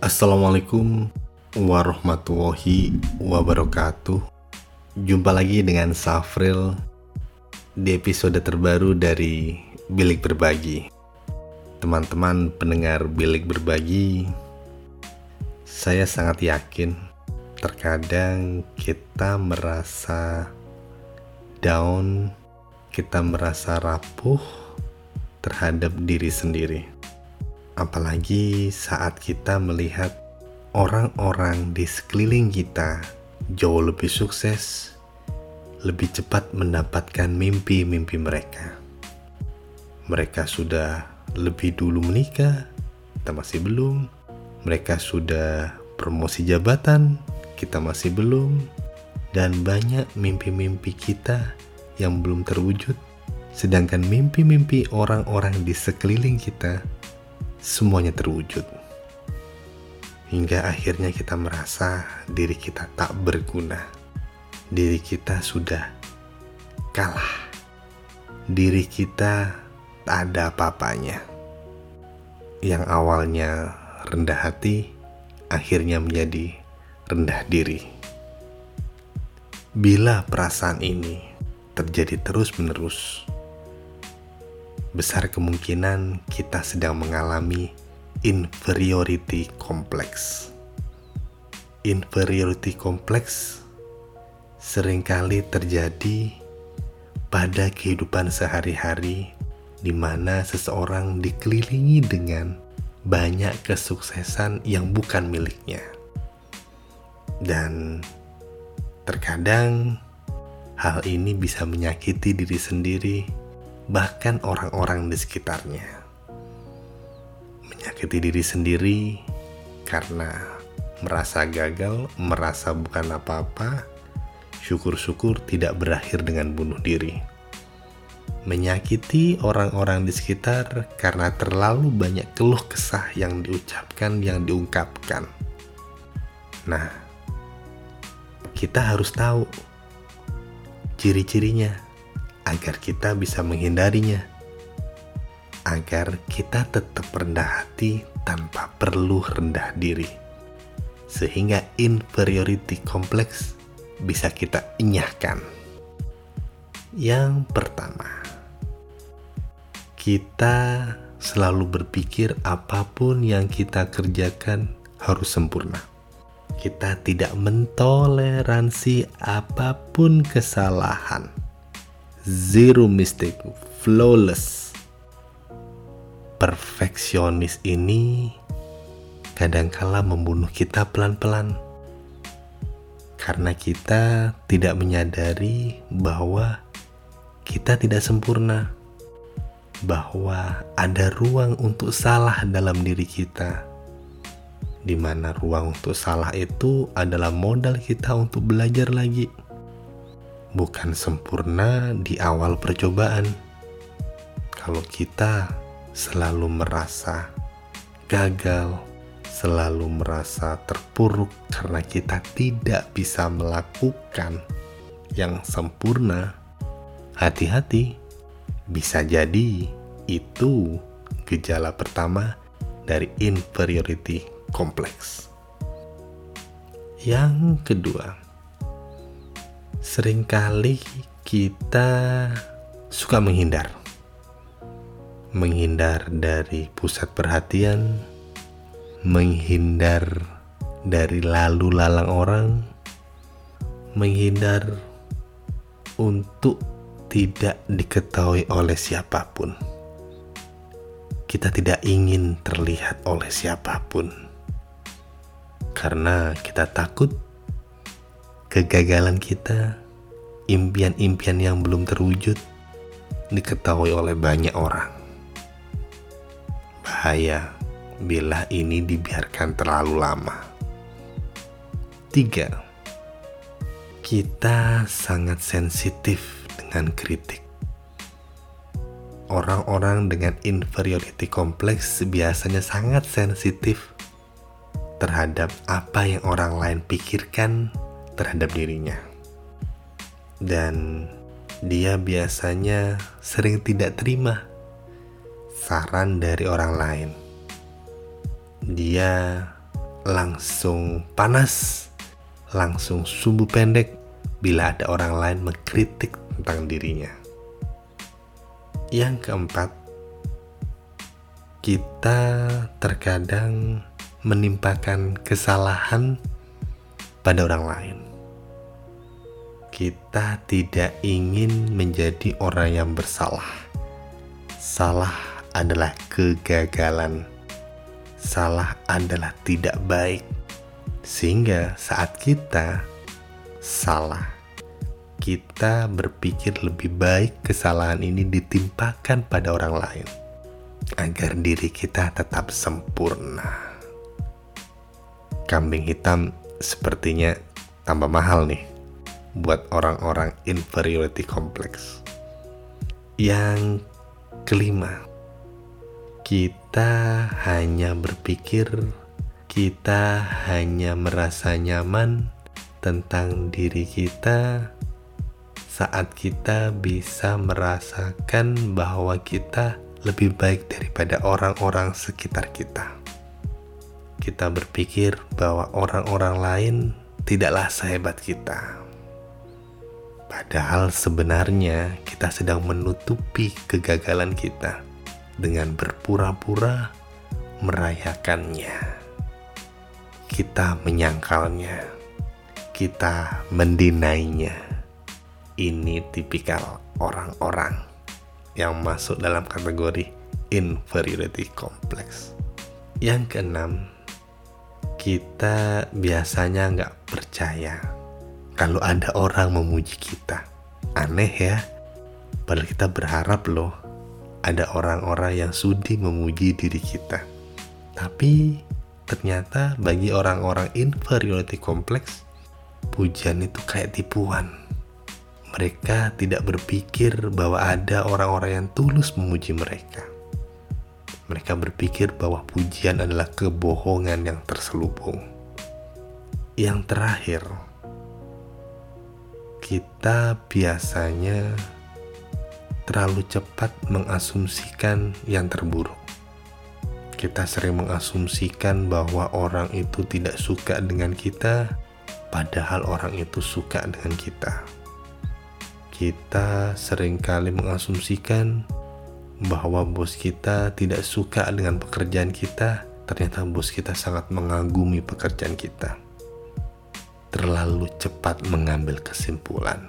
Assalamualaikum warahmatullahi wabarakatuh. Jumpa lagi dengan Safril di episode terbaru dari Bilik Berbagi. Teman-teman pendengar Bilik Berbagi, saya sangat yakin terkadang kita merasa down, kita merasa rapuh terhadap diri sendiri. Apalagi saat kita melihat orang-orang di sekeliling kita jauh lebih sukses, lebih cepat mendapatkan mimpi-mimpi mereka. Mereka sudah lebih dulu menikah, kita masih belum. Mereka sudah promosi jabatan, kita masih belum. Dan banyak mimpi-mimpi kita yang belum terwujud, sedangkan mimpi-mimpi orang-orang di sekeliling kita semuanya terwujud. Hingga akhirnya kita merasa diri kita tak berguna. Diri kita sudah kalah. Diri kita tak ada apa-apanya. Yang awalnya rendah hati, akhirnya menjadi rendah diri. Bila perasaan ini terjadi terus-menerus, besar kemungkinan kita sedang mengalami inferiority complex. Inferiority complex seringkali terjadi pada kehidupan sehari-hari, di mana seseorang dikelilingi dengan banyak kesuksesan yang bukan miliknya. Dan terkadang hal ini bisa menyakiti diri sendiri, bahkan orang-orang di sekitarnya. Menyakiti diri sendiri karena merasa gagal, merasa bukan apa-apa, syukur-syukur tidak berakhir dengan bunuh diri. Menyakiti orang-orang di sekitar karena terlalu banyak keluh kesah yang diucapkan, yang diungkapkan. Nah, kita harus tahu ciri-cirinya agar kita bisa menghindarinya, agar kita tetap rendah hati tanpa perlu rendah diri, sehingga inferiority complex bisa kita enyahkan. Yang pertama, kita selalu berpikir apapun yang kita kerjakan harus sempurna. Kita tidak mentoleransi apapun kesalahan. Zero mistake, flawless. Perfeksionis ini kadangkala membunuh kita pelan-pelan, karena kita tidak menyadari bahwa kita tidak sempurna, bahwa ada ruang untuk salah dalam diri kita, di mana ruang untuk salah itu adalah modal kita untuk belajar lagi. Bukan sempurna di awal percobaan. Kalau kita selalu merasa gagal, selalu merasa terpuruk karena kita tidak bisa melakukan yang sempurna, hati-hati, bisa jadi itu gejala pertama dari inferiority complex. Yang kedua, seringkali kita suka menghindar dari pusat perhatian, menghindar dari lalu lalang orang, menghindar untuk tidak diketahui oleh siapapun. Kita tidak ingin terlihat oleh siapapun karena kita takut kegagalan kita, impian-impian yang belum terwujud, diketahui oleh banyak orang. Bahaya bila ini dibiarkan terlalu lama. 3. Kita sangat sensitif dengan kritik. Orang-orang dengan inferiority complex biasanya sangat sensitif terhadap apa yang orang lain pikirkan terhadap dirinya. Dan dia biasanya sering tidak terima saran dari orang lain. Dia langsung panas, langsung sumbu pendek bila ada orang lain mengkritik tentang dirinya. Yang keempat, kita terkadang menimpakan kesalahan pada orang lain. Kita tidak ingin menjadi orang yang bersalah. Salah adalah kegagalan. Salah adalah tidak baik. Sehingga saat kita salah, kita berpikir lebih baik kesalahan ini ditimpakan pada orang lain agar diri kita tetap sempurna. Kambing hitam sepertinya tambah mahal nih buat orang-orang inferiority complex. Yang kelima, kita hanya berpikir, kita hanya merasa nyaman tentang diri kita saat kita bisa merasakan bahwa kita lebih baik daripada orang-orang sekitar kita. Kita berpikir bahwa orang-orang lain tidaklah sehebat kita. Padahal sebenarnya kita sedang menutupi kegagalan kita dengan berpura-pura merayakannya. Kita menyangkalnya, kita mendinainya. Ini tipikal orang-orang yang masuk dalam kategori inferiority complex. Yang keenam, kita biasanya nggak percaya kalau ada orang memuji kita. Aneh ya, padahal kita berharap loh ada orang-orang yang sudi memuji diri kita. Tapi ternyata bagi orang-orang inferiority complex, pujian itu kayak tipuan. Mereka tidak berpikir bahwa ada orang-orang yang tulus memuji mereka. Mereka berpikir bahwa pujian adalah kebohongan yang terselubung. Yang terakhir, kita biasanya terlalu cepat mengasumsikan yang terburuk. Kita sering mengasumsikan bahwa orang itu tidak suka dengan kita, padahal orang itu suka dengan kita. Kita seringkali mengasumsikan bahwa bos kita tidak suka dengan pekerjaan kita, ternyata bos kita sangat mengagumi pekerjaan kita. Terlalu cepat mengambil kesimpulan.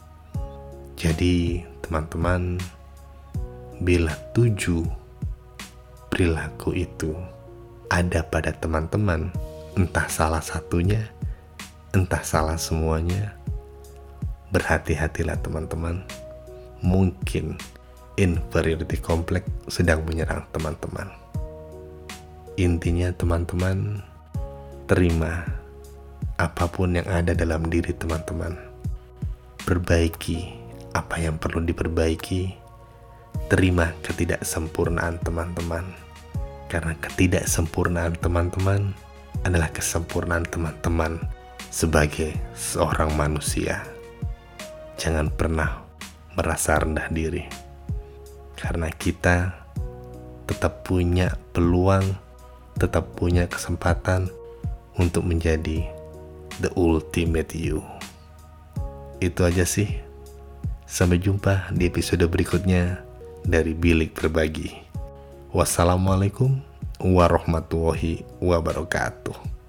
Jadi teman-teman, bila 7 perilaku itu ada pada teman-teman, entah salah satunya, entah salah semuanya, berhati-hatilah teman-teman. Mungkin inferiority complex sedang menyerang teman-teman. Intinya teman-teman, terima apapun yang ada dalam diri teman-teman. Perbaiki apa yang perlu diperbaiki. Terima ketidaksempurnaan teman-teman. Karena ketidaksempurnaan teman-teman adalah kesempurnaan teman-teman sebagai seorang manusia. Jangan pernah merasa rendah diri. Karena kita tetap punya peluang, tetap punya kesempatan untuk menjadi the ultimate you. Itu aja sih. Sampai jumpa di episode berikutnya dari Bilik Berbagi. Wassalamualaikum warahmatullahi wabarakatuh.